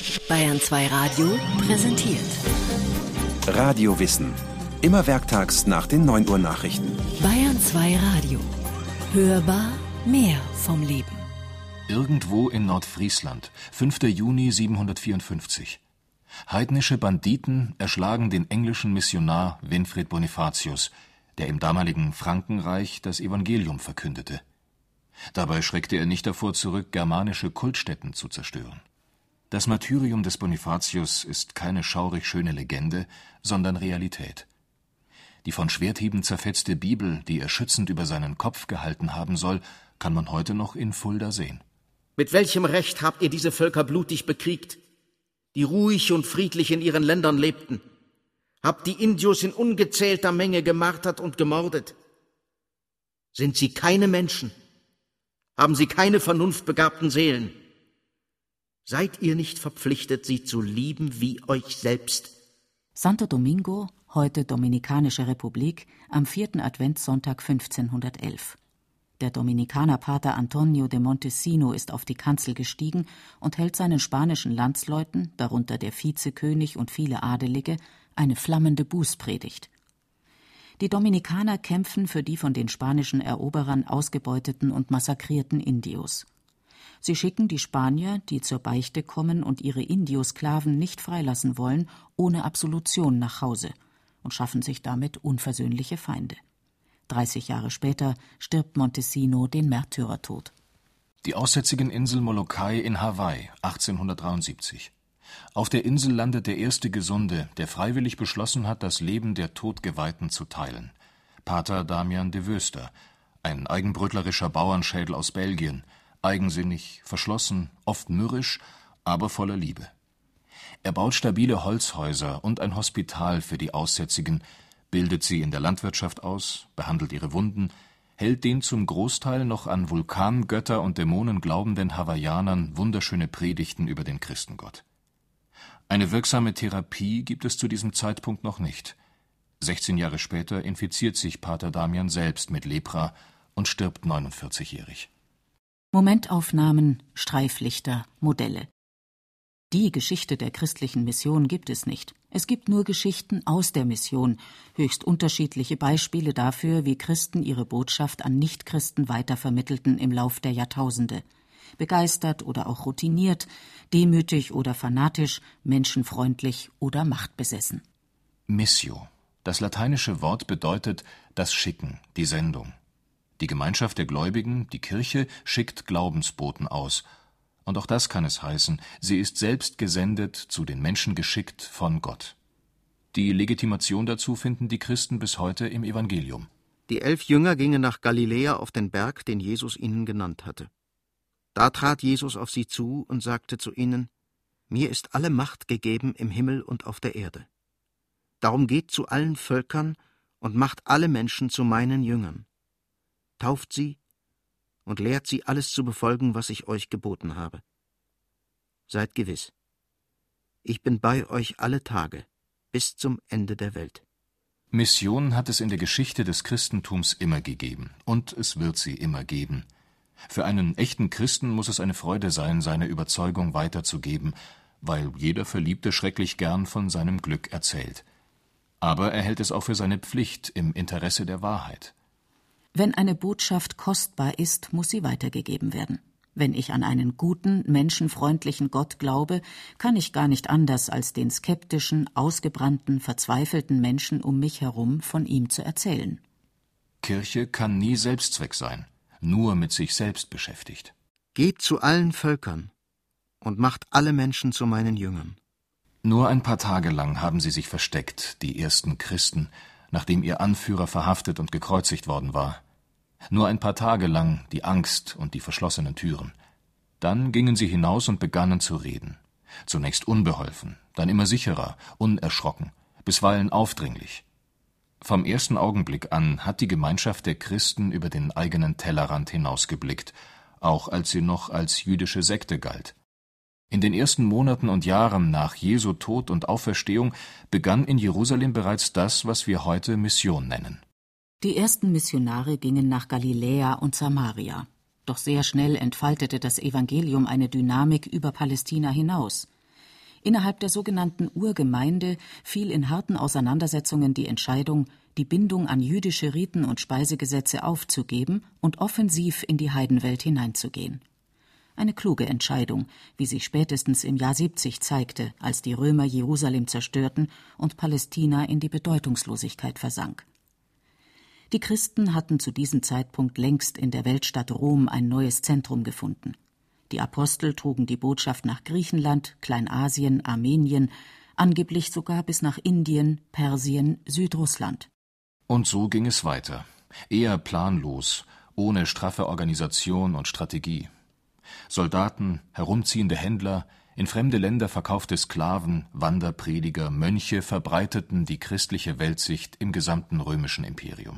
Bayern 2 Radio präsentiert Radiowissen. Immer werktags nach den 9 Uhr Nachrichten. Bayern 2 Radio. Hörbar mehr vom Leben. Irgendwo in Nordfriesland, 5. Juni 754. Heidnische Banditen erschlagen den englischen Missionar Winfrid Bonifatius, der im damaligen Frankenreich das Evangelium verkündete. Dabei schreckte er nicht davor zurück, germanische Kultstätten zu zerstören. Das Martyrium des Bonifatius ist keine schaurig schöne Legende, sondern Realität. Die von Schwerthieben zerfetzte Bibel, die er schützend über seinen Kopf gehalten haben soll, kann man heute noch in Fulda sehen. Mit welchem Recht habt ihr diese Völker blutig bekriegt, die ruhig und friedlich in ihren Ländern lebten? Habt die Indios in ungezählter Menge gemartert und gemordet? Sind sie keine Menschen? Haben sie keine vernunftbegabten Seelen? Seid ihr nicht verpflichtet, sie zu lieben wie euch selbst? Santo Domingo, heute Dominikanische Republik, am 4. Adventssonntag 1511. Der Dominikanerpater Antonio de Montesino ist auf die Kanzel gestiegen und hält seinen spanischen Landsleuten, darunter der Vizekönig und viele Adelige, eine flammende Bußpredigt. Die Dominikaner kämpfen für die von den spanischen Eroberern ausgebeuteten und massakrierten Indios. Sie schicken die Spanier, die zur Beichte kommen und ihre Indiosklaven nicht freilassen wollen, ohne Absolution nach Hause und schaffen sich damit unversöhnliche Feinde. 30 Jahre später stirbt Montesino den Märtyrertod. Die aussätzigen Insel Molokai in Hawaii, 1873. Auf der Insel landet der erste Gesunde, der freiwillig beschlossen hat, das Leben der Todgeweihten zu teilen. Pater Damian de Wöster, ein eigenbrötlerischer Bauernschädel aus Belgien, eigensinnig, verschlossen, oft mürrisch, aber voller Liebe. Er baut stabile Holzhäuser und ein Hospital für die Aussätzigen, bildet sie in der Landwirtschaft aus, behandelt ihre Wunden, hält den zum Großteil noch an Vulkangötter und Dämonen glaubenden Hawaiianern wunderschöne Predigten über den Christengott. Eine wirksame Therapie gibt es zu diesem Zeitpunkt noch nicht. 16 Jahre später infiziert sich Pater Damian selbst mit Lepra und stirbt 49-jährig. Momentaufnahmen, Streiflichter, Modelle. Die Geschichte der christlichen Mission gibt es nicht. Es gibt nur Geschichten aus der Mission, höchst unterschiedliche Beispiele dafür, wie Christen ihre Botschaft an Nichtchristen weitervermittelten im Lauf der Jahrtausende. Begeistert oder auch routiniert, demütig oder fanatisch, menschenfreundlich oder machtbesessen. Missio. Das lateinische Wort bedeutet das Schicken, die Sendung. Die Gemeinschaft der Gläubigen, die Kirche, schickt Glaubensboten aus. Und auch das kann es heißen, sie ist selbst gesendet, zu den Menschen geschickt von Gott. Die Legitimation dazu finden die Christen bis heute im Evangelium. Die 11 Jünger gingen nach Galiläa auf den Berg, den Jesus ihnen genannt hatte. Da trat Jesus auf sie zu und sagte zu ihnen: Mir ist alle Macht gegeben im Himmel und auf der Erde. Darum geht zu allen Völkern und macht alle Menschen zu meinen Jüngern. Tauft sie und lehrt sie, alles zu befolgen, was ich euch geboten habe. Seid gewiss, ich bin bei euch alle Tage, bis zum Ende der Welt. Mission hat es in der Geschichte des Christentums immer gegeben und es wird sie immer geben. Für einen echten Christen muss es eine Freude sein, seine Überzeugung weiterzugeben, weil jeder Verliebte schrecklich gern von seinem Glück erzählt. Aber er hält es auch für seine Pflicht im Interesse der Wahrheit. Wenn eine Botschaft kostbar ist, muss sie weitergegeben werden. Wenn ich an einen guten, menschenfreundlichen Gott glaube, kann ich gar nicht anders, als den skeptischen, ausgebrannten, verzweifelten Menschen um mich herum von ihm zu erzählen. Kirche kann nie Selbstzweck sein, nur mit sich selbst beschäftigt. Geht zu allen Völkern und macht alle Menschen zu meinen Jüngern. Nur ein paar Tage lang haben sie sich versteckt, die ersten Christen, nachdem ihr Anführer verhaftet und gekreuzigt worden war. Nur ein paar Tage lang die Angst und die verschlossenen Türen. Dann gingen sie hinaus und begannen zu reden. Zunächst unbeholfen, dann immer sicherer, unerschrocken, bisweilen aufdringlich. Vom ersten Augenblick an hat die Gemeinschaft der Christen über den eigenen Tellerrand hinausgeblickt, auch als sie noch als jüdische Sekte galt. In den ersten Monaten und Jahren nach Jesu Tod und Auferstehung begann in Jerusalem bereits das, was wir heute Mission nennen. Die ersten Missionare gingen nach Galiläa und Samaria. Doch sehr schnell entfaltete das Evangelium eine Dynamik über Palästina hinaus. Innerhalb der sogenannten Urgemeinde fiel in harten Auseinandersetzungen die Entscheidung, die Bindung an jüdische Riten und Speisegesetze aufzugeben und offensiv in die Heidenwelt hineinzugehen. Eine kluge Entscheidung, wie sich spätestens im Jahr 70 zeigte, als die Römer Jerusalem zerstörten und Palästina in die Bedeutungslosigkeit versank. Die Christen hatten zu diesem Zeitpunkt längst in der Weltstadt Rom ein neues Zentrum gefunden. Die Apostel trugen die Botschaft nach Griechenland, Kleinasien, Armenien, angeblich sogar bis nach Indien, Persien, Südrussland. Und so ging es weiter, eher planlos, ohne straffe Organisation und Strategie. Soldaten, herumziehende Händler, in fremde Länder verkaufte Sklaven, Wanderprediger, Mönche verbreiteten die christliche Weltsicht im gesamten römischen Imperium.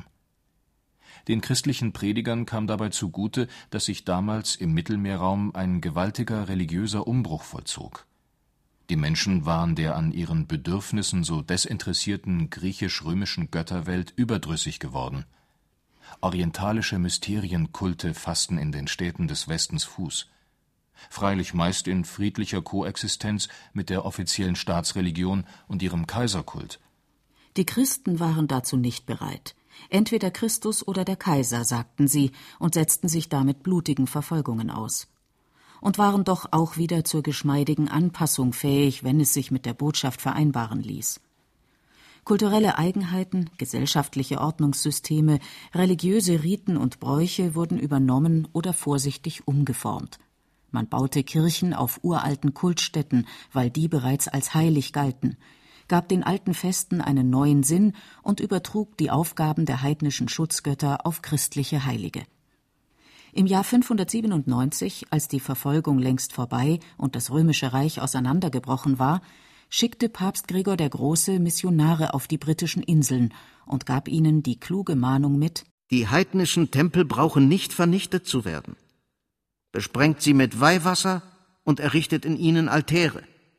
Den christlichen Predigern kam dabei zugute, dass sich damals im Mittelmeerraum ein gewaltiger religiöser Umbruch vollzog. Die Menschen waren der an ihren Bedürfnissen so desinteressierten griechisch-römischen Götterwelt überdrüssig geworden. Orientalische Mysterienkulte fassten in den Städten des Westens Fuß. Freilich meist in friedlicher Koexistenz mit der offiziellen Staatsreligion und ihrem Kaiserkult. Die Christen waren dazu nicht bereit. Entweder Christus oder der Kaiser, sagten sie und setzten sich damit blutigen Verfolgungen aus. Und waren doch auch wieder zur geschmeidigen Anpassung fähig, wenn es sich mit der Botschaft vereinbaren ließ. Kulturelle Eigenheiten, gesellschaftliche Ordnungssysteme, religiöse Riten und Bräuche wurden übernommen oder vorsichtig umgeformt. Man baute Kirchen auf uralten Kultstätten, weil die bereits als heilig galten, gab den alten Festen einen neuen Sinn und übertrug die Aufgaben der heidnischen Schutzgötter auf christliche Heilige. Im Jahr 597, als die Verfolgung längst vorbei und das Römische Reich auseinandergebrochen war, schickte Papst Gregor der Große Missionare auf die britischen Inseln und gab ihnen die kluge Mahnung mit: Die heidnischen Tempel brauchen nicht vernichtet zu werden. Besprengt sie mit Weihwasser und errichtet in ihnen Altäre.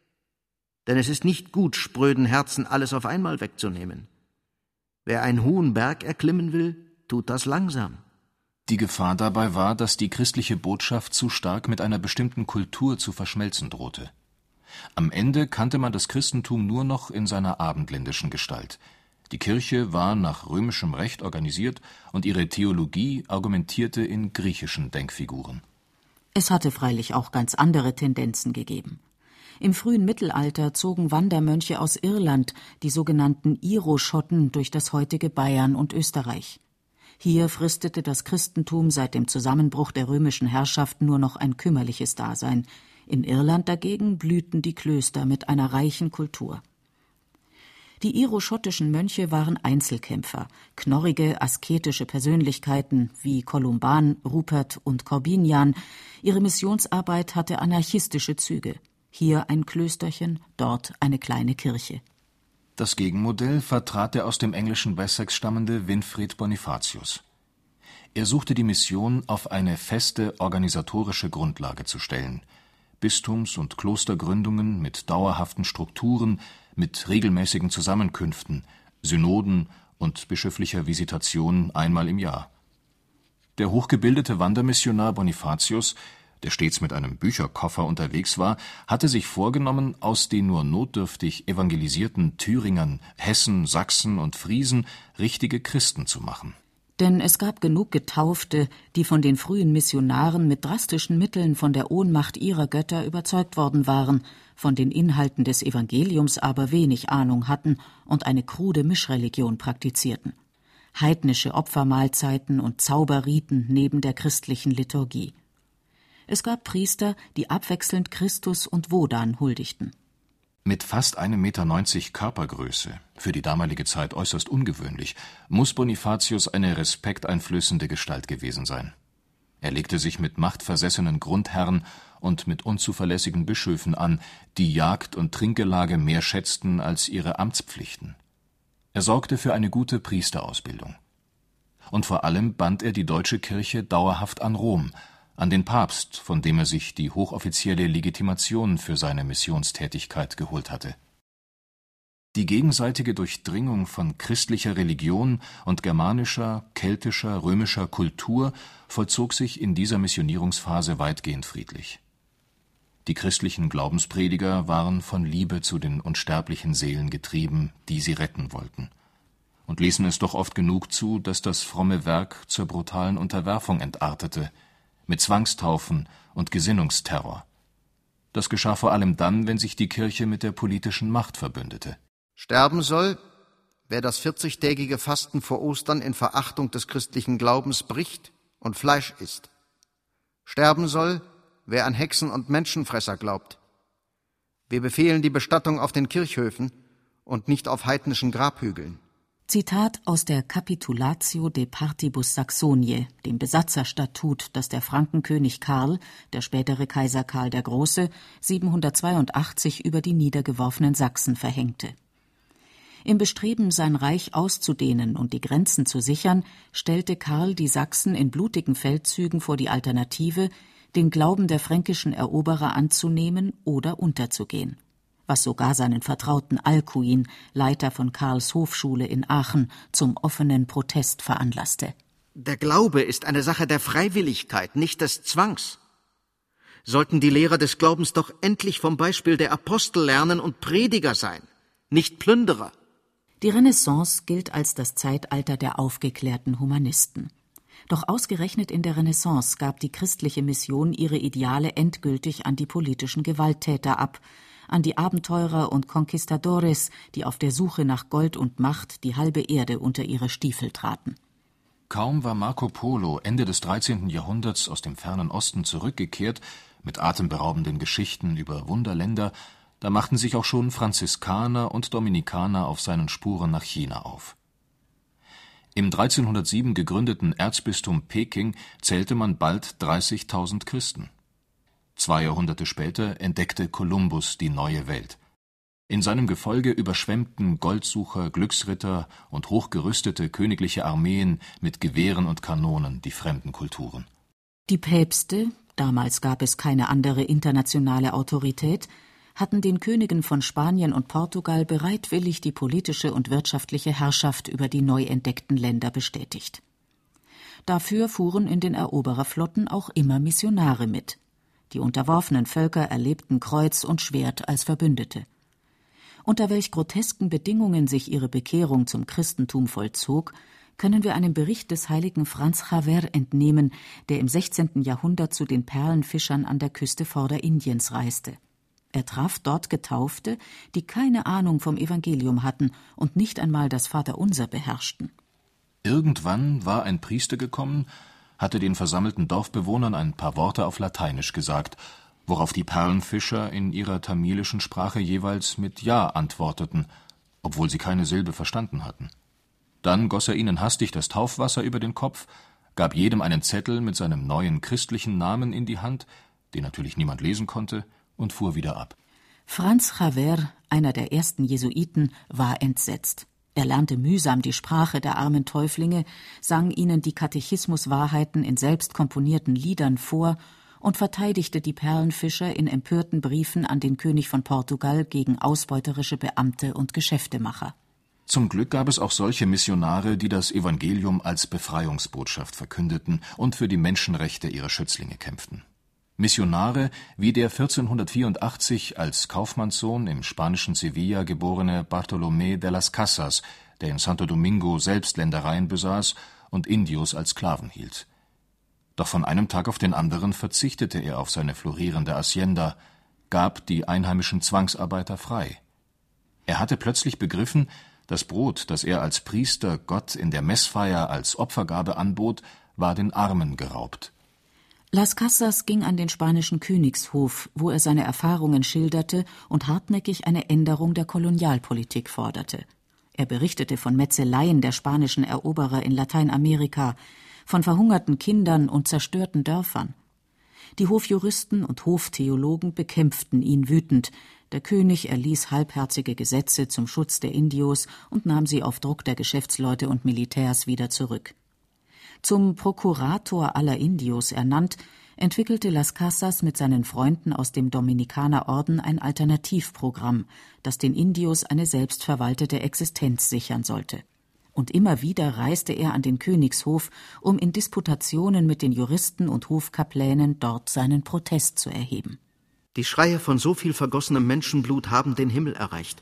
Denn es ist nicht gut, spröden Herzen alles auf einmal wegzunehmen. Wer einen hohen Berg erklimmen will, tut das langsam. Die Gefahr dabei war, dass die christliche Botschaft zu stark mit einer bestimmten Kultur zu verschmelzen drohte. Am Ende kannte man das Christentum nur noch in seiner abendländischen Gestalt. Die Kirche war nach römischem Recht organisiert und ihre Theologie argumentierte in griechischen Denkfiguren. Es hatte freilich auch ganz andere Tendenzen gegeben. Im frühen Mittelalter zogen Wandermönche aus Irland, die sogenannten Iroschotten, durch das heutige Bayern und Österreich. Hier fristete das Christentum seit dem Zusammenbruch der römischen Herrschaft nur noch ein kümmerliches Dasein. In Irland dagegen blühten die Klöster mit einer reichen Kultur. Die iroschottischen Mönche waren Einzelkämpfer, knorrige, asketische Persönlichkeiten wie Kolumban, Rupert und Korbinian. Ihre Missionsarbeit hatte anarchistische Züge. Hier ein Klösterchen, dort eine kleine Kirche. Das Gegenmodell vertrat der aus dem englischen Wessex stammende Winfrid Bonifatius. Er suchte die Mission auf eine feste organisatorische Grundlage zu stellen. Bistums- und Klostergründungen mit dauerhaften Strukturen, mit regelmäßigen Zusammenkünften, Synoden und bischöflicher Visitation einmal im Jahr. Der hochgebildete Wandermissionar Bonifatius, der stets mit einem Bücherkoffer unterwegs war, hatte sich vorgenommen, aus den nur notdürftig evangelisierten Thüringern, Hessen, Sachsen und Friesen richtige Christen zu machen. Denn es gab genug Getaufte, die von den frühen Missionaren mit drastischen Mitteln von der Ohnmacht ihrer Götter überzeugt worden waren, von den Inhalten des Evangeliums aber wenig Ahnung hatten und eine krude Mischreligion praktizierten. Heidnische Opfermahlzeiten und Zauberriten neben der christlichen Liturgie. Es gab Priester, die abwechselnd Christus und Wodan huldigten. Mit fast 1,90 Meter Körpergröße, für die damalige Zeit äußerst ungewöhnlich, muss Bonifatius eine respekteinflößende Gestalt gewesen sein. Er legte sich mit machtversessenen Grundherren und mit unzuverlässigen Bischöfen an, die Jagd und Trinkgelage mehr schätzten als ihre Amtspflichten. Er sorgte für eine gute Priesterausbildung. Und vor allem band er die deutsche Kirche dauerhaft an Rom, an den Papst, von dem er sich die hochoffizielle Legitimation für seine Missionstätigkeit geholt hatte. Die gegenseitige Durchdringung von christlicher Religion und germanischer, keltischer, römischer Kultur vollzog sich in dieser Missionierungsphase weitgehend friedlich. Die christlichen Glaubensprediger waren von Liebe zu den unsterblichen Seelen getrieben, die sie retten wollten, und ließen es doch oft genug zu, dass das fromme Werk zur brutalen Unterwerfung entartete, mit Zwangstaufen und Gesinnungsterror. Das geschah vor allem dann, wenn sich die Kirche mit der politischen Macht verbündete. Sterben soll, wer das 40-tägige Fasten vor Ostern in Verachtung des christlichen Glaubens bricht und Fleisch isst. Sterben soll, wer an Hexen und Menschenfresser glaubt. Wir befehlen die Bestattung auf den Kirchhöfen und nicht auf heidnischen Grabhügeln. Zitat aus der Capitulatio de Partibus Saxoniae, dem Besatzerstatut, das der Frankenkönig Karl, der spätere Kaiser Karl der Große, 782 über die niedergeworfenen Sachsen verhängte. Im Bestreben, sein Reich auszudehnen und die Grenzen zu sichern, stellte Karl die Sachsen in blutigen Feldzügen vor die Alternative, den Glauben der fränkischen Eroberer anzunehmen oder unterzugehen, was sogar seinen Vertrauten Alcuin, Leiter von Karls Hofschule in Aachen, zum offenen Protest veranlasste. Der Glaube ist eine Sache der Freiwilligkeit, nicht des Zwangs. Sollten die Lehrer des Glaubens doch endlich vom Beispiel der Apostel lernen und Prediger sein, nicht Plünderer. Die Renaissance gilt als das Zeitalter der aufgeklärten Humanisten. Doch ausgerechnet in der Renaissance gab die christliche Mission ihre Ideale endgültig an die politischen Gewalttäter ab, an die Abenteurer und Conquistadores, die auf der Suche nach Gold und Macht die halbe Erde unter ihre Stiefel traten. Kaum war Marco Polo Ende des 13. Jahrhunderts aus dem fernen Osten zurückgekehrt, mit atemberaubenden Geschichten über Wunderländer, da machten sich auch schon Franziskaner und Dominikaner auf seinen Spuren nach China auf. Im 1307 gegründeten Erzbistum Peking zählte man bald 30.000 Christen. 2 Jahrhunderte später entdeckte Kolumbus die neue Welt. In seinem Gefolge überschwemmten Goldsucher, Glücksritter und hochgerüstete königliche Armeen mit Gewehren und Kanonen die fremden Kulturen. Die Päpste, damals gab es keine andere internationale Autorität, hatten den Königen von Spanien und Portugal bereitwillig die politische und wirtschaftliche Herrschaft über die neu entdeckten Länder bestätigt. Dafür fuhren in den Erobererflotten auch immer Missionare mit. Die unterworfenen Völker erlebten Kreuz und Schwert als Verbündete. Unter welch grotesken Bedingungen sich ihre Bekehrung zum Christentum vollzog, können wir einem Bericht des heiligen Franz Xaver entnehmen, der im 16. Jahrhundert zu den Perlenfischern an der Küste Vorderindiens reiste. Er traf dort Getaufte, die keine Ahnung vom Evangelium hatten und nicht einmal das Vaterunser beherrschten. Irgendwann war ein Priester gekommen, hatte den versammelten Dorfbewohnern ein paar Worte auf Lateinisch gesagt, worauf die Perlenfischer in ihrer tamilischen Sprache jeweils mit Ja antworteten, obwohl sie keine Silbe verstanden hatten. Dann goss er ihnen hastig das Taufwasser über den Kopf, gab jedem einen Zettel mit seinem neuen christlichen Namen in die Hand, den natürlich niemand lesen konnte, und fuhr wieder ab. Franz Xaver, einer der ersten Jesuiten, war entsetzt. Er lernte mühsam die Sprache der armen Täuflinge, sang ihnen die Katechismuswahrheiten in selbst komponierten Liedern vor und verteidigte die Perlenfischer in empörten Briefen an den König von Portugal gegen ausbeuterische Beamte und Geschäftemacher. Zum Glück gab es auch solche Missionare, die das Evangelium als Befreiungsbotschaft verkündeten und für die Menschenrechte ihrer Schützlinge kämpften. Missionare wie der 1484 als Kaufmannssohn im spanischen Sevilla geborene Bartolomé de las Casas, der in Santo Domingo selbst Ländereien besaß und Indios als Sklaven hielt. Doch von einem Tag auf den anderen verzichtete er auf seine florierende Hacienda, gab die einheimischen Zwangsarbeiter frei. Er hatte plötzlich begriffen, das Brot, das er als Priester Gott in der Messfeier als Opfergabe anbot, war den Armen geraubt. Las Casas ging an den spanischen Königshof, wo er seine Erfahrungen schilderte und hartnäckig eine Änderung der Kolonialpolitik forderte. Er berichtete von Metzeleien der spanischen Eroberer in Lateinamerika, von verhungerten Kindern und zerstörten Dörfern. Die Hofjuristen und Hoftheologen bekämpften ihn wütend. Der König erließ halbherzige Gesetze zum Schutz der Indios und nahm sie auf Druck der Geschäftsleute und Militärs wieder zurück. Zum Prokurator aller Indios ernannt, entwickelte Las Casas mit seinen Freunden aus dem Dominikanerorden ein Alternativprogramm, das den Indios eine selbstverwaltete Existenz sichern sollte. Und immer wieder reiste er an den Königshof, um in Disputationen mit den Juristen und Hofkaplänen dort seinen Protest zu erheben. Die Schreie von so viel vergossenem Menschenblut haben den Himmel erreicht.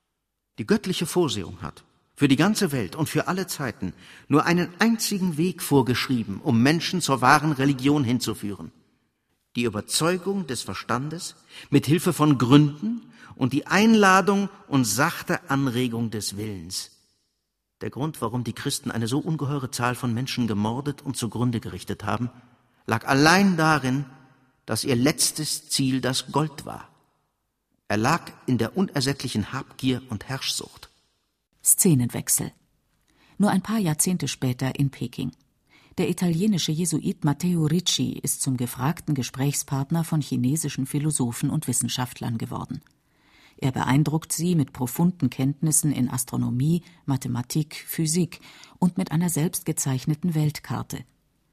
Die göttliche Vorsehung hat für die ganze Welt und für alle Zeiten nur einen einzigen Weg vorgeschrieben, um Menschen zur wahren Religion hinzuführen: die Überzeugung des Verstandes mit Hilfe von Gründen und die Einladung und sachte Anregung des Willens. Der Grund, warum die Christen eine so ungeheure Zahl von Menschen gemordet und zugrunde gerichtet haben, lag allein darin, dass ihr letztes Ziel das Gold war. Er lag in der unersättlichen Habgier und Herrschsucht. Szenenwechsel. Nur ein paar Jahrzehnte später in Peking. Der italienische Jesuit Matteo Ricci ist zum gefragten Gesprächspartner von chinesischen Philosophen und Wissenschaftlern geworden. Er beeindruckt sie mit profunden Kenntnissen in Astronomie, Mathematik, Physik und mit einer selbstgezeichneten Weltkarte.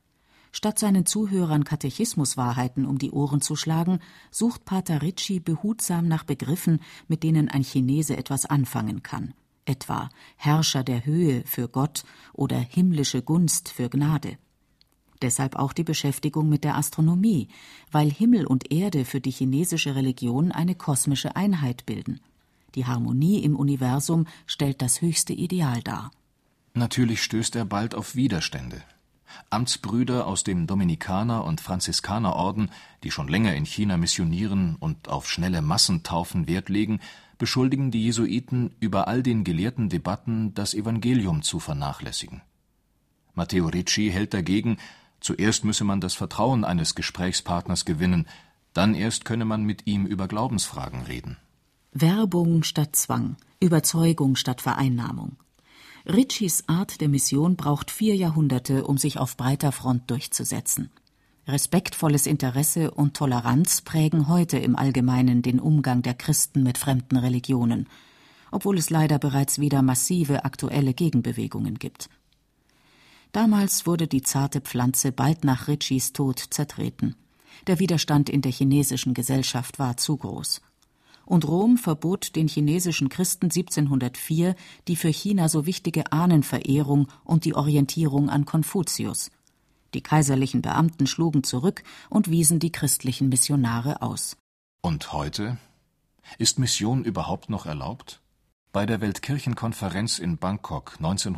Statt seinen Zuhörern Katechismuswahrheiten um die Ohren zu schlagen, sucht Pater Ricci behutsam nach Begriffen, mit denen ein Chinese etwas anfangen kann, etwa Herrscher der Höhe für Gott oder himmlische Gunst für Gnade. Deshalb auch die Beschäftigung mit der Astronomie, weil Himmel und Erde für die chinesische Religion eine kosmische Einheit bilden. Die Harmonie im Universum stellt das höchste Ideal dar. Natürlich stößt er bald auf Widerstände. Amtsbrüder aus dem Dominikaner- und Franziskanerorden, die schon länger in China missionieren und auf schnelle Massentaufen Wert legen, beschuldigen die Jesuiten, über all den gelehrten Debatten das Evangelium zu vernachlässigen. Matteo Ricci hält dagegen, zuerst müsse man das Vertrauen eines Gesprächspartners gewinnen, dann erst könne man mit ihm über Glaubensfragen reden. Werbung statt Zwang, Überzeugung statt Vereinnahmung. Riccis Art der Mission braucht 4 Jahrhunderte, um sich auf breiter Front durchzusetzen. Respektvolles Interesse und Toleranz prägen heute im Allgemeinen den Umgang der Christen mit fremden Religionen, obwohl es leider bereits wieder massive aktuelle Gegenbewegungen gibt. Damals wurde die zarte Pflanze bald nach Riccis Tod zertreten. Der Widerstand in der chinesischen Gesellschaft war zu groß. Und Rom verbot den chinesischen Christen 1704 die für China so wichtige Ahnenverehrung und die Orientierung an Konfuzius. Die kaiserlichen Beamten schlugen zurück und wiesen die christlichen Missionare aus. Und heute? Ist Mission überhaupt noch erlaubt? Bei der Weltkirchenkonferenz in Bangkok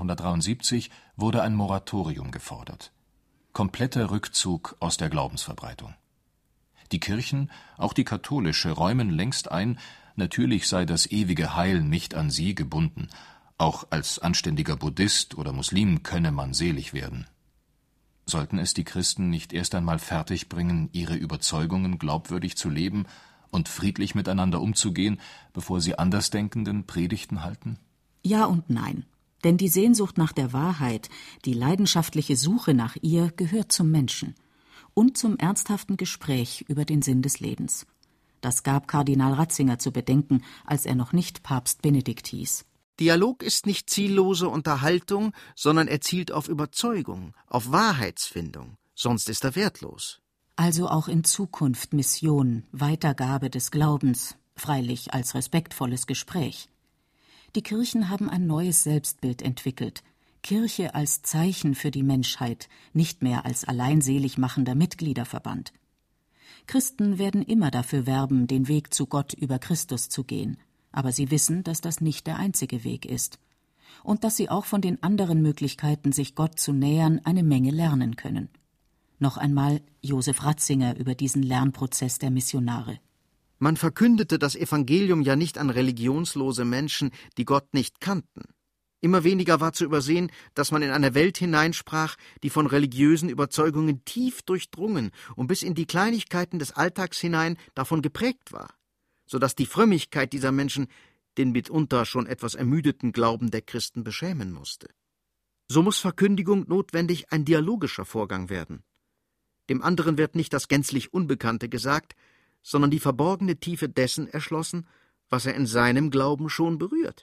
1973 wurde ein Moratorium gefordert. Kompletter Rückzug aus der Glaubensverbreitung. Die Kirchen, auch die katholische, räumen längst ein, natürlich sei das ewige Heil nicht an sie gebunden. Auch als anständiger Buddhist oder Muslim könne man selig werden. Sollten es die Christen nicht erst einmal fertigbringen, ihre Überzeugungen glaubwürdig zu leben und friedlich miteinander umzugehen, bevor sie Andersdenkenden Predigten halten? Ja und nein. Denn die Sehnsucht nach der Wahrheit, die leidenschaftliche Suche nach ihr, gehört zum Menschen und zum ernsthaften Gespräch über den Sinn des Lebens. Das gab Kardinal Ratzinger zu bedenken, als er noch nicht Papst Benedikt hieß. Dialog ist nicht ziellose Unterhaltung, sondern er zielt auf Überzeugung, auf Wahrheitsfindung, sonst ist er wertlos. Also auch in Zukunft Mission, Weitergabe des Glaubens, freilich als respektvolles Gespräch. Die Kirchen haben ein neues Selbstbild entwickelt. Kirche als Zeichen für die Menschheit, nicht mehr als alleinselig machender Mitgliederverband. Christen werden immer dafür werben, den Weg zu Gott über Christus zu gehen. Aber sie wissen, dass das nicht der einzige Weg ist. Und dass sie auch von den anderen Möglichkeiten, sich Gott zu nähern, eine Menge lernen können. Noch einmal Josef Ratzinger über diesen Lernprozess der Missionare. Man verkündete das Evangelium ja nicht an religionslose Menschen, die Gott nicht kannten. Immer weniger war zu übersehen, dass man in eine Welt hineinsprach, die von religiösen Überzeugungen tief durchdrungen und bis in die Kleinigkeiten des Alltags hinein davon geprägt war, so dass die Frömmigkeit dieser Menschen den mitunter schon etwas ermüdeten Glauben der Christen beschämen musste. So muss Verkündigung notwendig ein dialogischer Vorgang werden. Dem anderen wird nicht das gänzlich Unbekannte gesagt, sondern die verborgene Tiefe dessen erschlossen, was er in seinem Glauben schon berührt.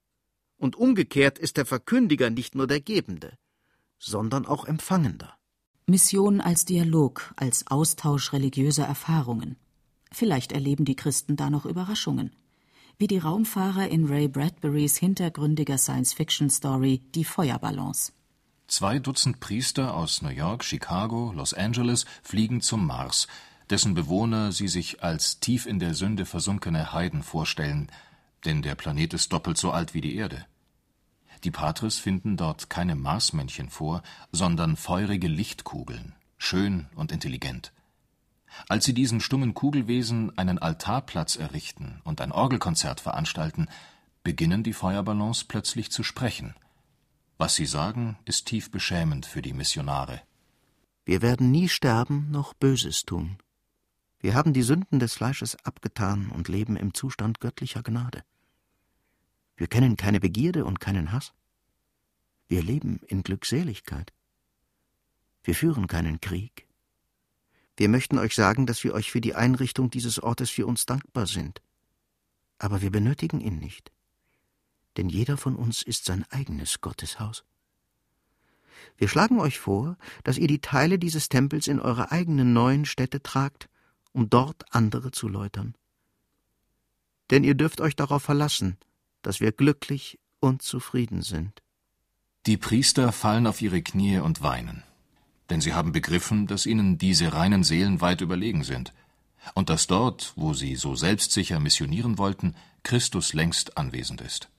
Und umgekehrt ist der Verkündiger nicht nur der Gebende, sondern auch Empfangender. Mission als Dialog, als Austausch religiöser Erfahrungen. Vielleicht erleben die Christen da noch Überraschungen. Wie die Raumfahrer in Ray Bradburys hintergründiger Science-Fiction-Story »Die Feuerballons«. 2 Dutzend Priester aus New York, Chicago, Los Angeles fliegen zum Mars, dessen Bewohner sie sich als tief in der Sünde versunkene Heiden vorstellen, denn der Planet ist doppelt so alt wie die Erde. Die Patres finden dort keine Marsmännchen vor, sondern feurige Lichtkugeln, schön und intelligent. Als sie diesen stummen Kugelwesen einen Altarplatz errichten und ein Orgelkonzert veranstalten, beginnen die Feuerballons plötzlich zu sprechen. Was sie sagen, ist tief beschämend für die Missionare. Wir werden nie sterben noch Böses tun. Wir haben die Sünden des Fleisches abgetan und leben im Zustand göttlicher Gnade. Wir kennen keine Begierde und keinen Hass. Wir leben in Glückseligkeit. Wir führen keinen Krieg. Wir möchten euch sagen, dass wir euch für die Einrichtung dieses Ortes für uns dankbar sind. Aber wir benötigen ihn nicht. Denn jeder von uns ist sein eigenes Gotteshaus. Wir schlagen euch vor, dass ihr die Teile dieses Tempels in eure eigenen neuen Städte tragt, um dort andere zu läutern. Denn ihr dürft euch darauf verlassen, dass wir glücklich und zufrieden sind. Die Priester fallen auf ihre Knie und weinen, denn sie haben begriffen, dass ihnen diese reinen Seelen weit überlegen sind und dass dort, wo sie so selbstsicher missionieren wollten, Christus längst anwesend ist.